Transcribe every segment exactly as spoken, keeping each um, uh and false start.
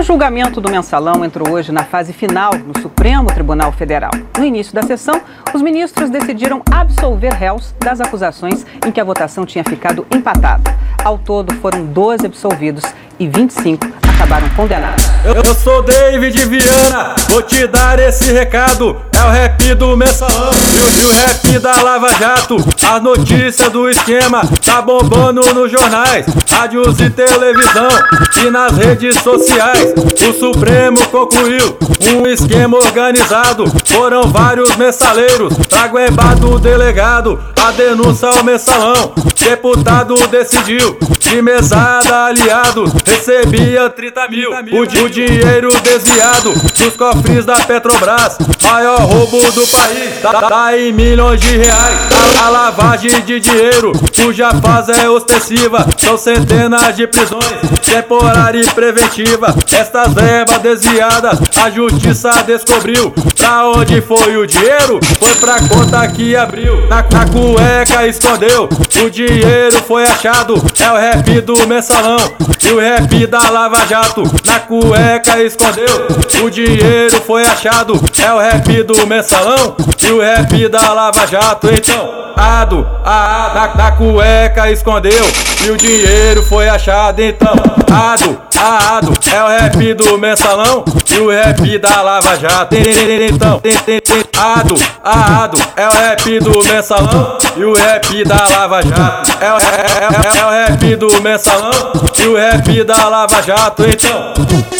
O julgamento do Mensalão entrou hoje na fase final no Supremo Tribunal Federal. No início da sessão, os ministros decidiram absolver réus das acusações em que a votação tinha ficado empatada. Ao todo, foram doze absolvidos e vinte e cinco acabaram condenados. Eu, eu sou David Viana, vou te dar esse recado. É o rap do Mensalão e o, e o rap da Lava Jato. A notícia do esquema tá bombando nos jornais, rádios e televisão e nas redes sociais. O Supremo concluiu um esquema organizado. Foram vários mensaleiros pra guembar do delegado a denúncia ao Mensalão. Deputado decidiu de mesada aliado recebia trinta mil. O, o dinheiro desviado dos cofres da Petrobras, maior roubo do país, tá, tá em milhões de reais. A, a lavagem de dinheiro, cuja fase é ostensiva, são centenas de prisões, temporária e preventiva. Estas verbas desviadas, a justiça descobriu. Pra onde foi o dinheiro? Foi pra conta que abriu. Na, na cueca escondeu, o dinheiro foi achado. É o rap do Mensalão e o rap da Lava Jato. Na cueca escondeu, o dinheiro foi achado. É o rap do Mensalão e o rap da Lava Jato. Então, ado, a na, na cueca escondeu e o dinheiro foi achado. Então, ado, ado, é o rap do Mensalão e o rap da Lava Jato. Então, ado, ado, é o rap do Mensalão e o rap da Lava Jato. É, é, é, é o rap do Mensalão e o rap da Lava Jato. Então,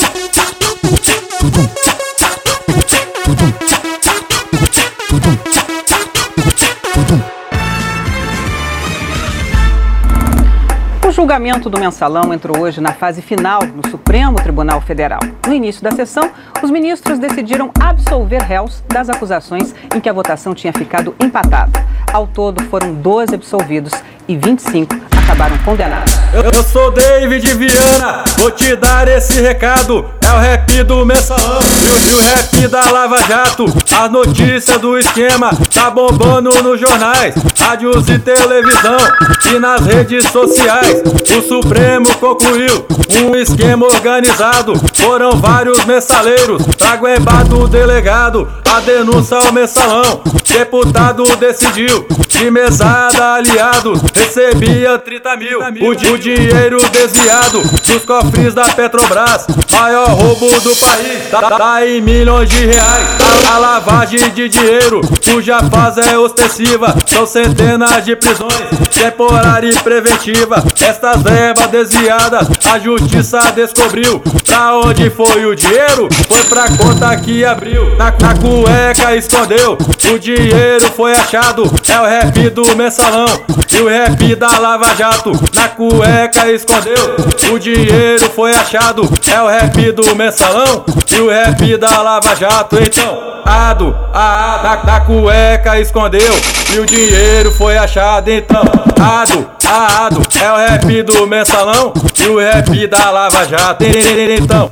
O julgamento do Mensalão entrou hoje na fase final no Supremo Tribunal Federal. No início da sessão, os ministros decidiram absolver réus das acusações em que a votação tinha ficado empatada. Ao todo, foram doze absolvidos e vinte e cinco acabaram condenados. Eu, eu sou David Viana, vou te dar esse recado. É o rap do Mensalão e o, e o rap da Lava Jato. A notícia do esquema tá bombando nos jornais, rádios e televisão e nas redes sociais. O Supremo concluiu um esquema organizado. Foram vários mensaleiros pra guembar do delegado a denúncia ao Mensalão. Deputado decidiu de mesada aliado recebia trinta mil. O, o dinheiro desviado dos cofres da Petrobras, maior roubo do país, tá, tá em milhões de reais. A, a lavagem de dinheiro, cuja fase é ostensiva, são centenas de prisões, temporária e preventiva. Estas verbas desviadas, a justiça descobriu. Pra onde foi o dinheiro? Foi pra conta que abriu. Na, na cueca escondeu, o dinheiro foi achado. É o rap do Mensalão e o rap da Lava Jato. Na cueca escondeu, o dinheiro foi achado. É o rap do Mensalão e o rap da Lava Jato. Então, ado, a, na, na cueca escondeu e o dinheiro foi achado. Então, ado, ado, é o rap do Mensalão e o rap da Lava Jato. Então,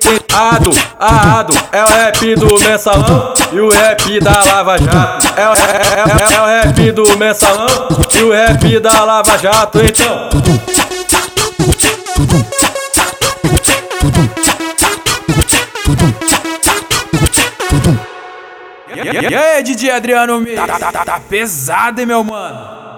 ado, ado, é o rap do Mensalão e o rap da Lava Jato. É, é, é, é o rap do Mensalão e o rap da Lava Jato. Então, e aí, D J Adriano, tá, tá, tá, tá pesado, hein, meu mano?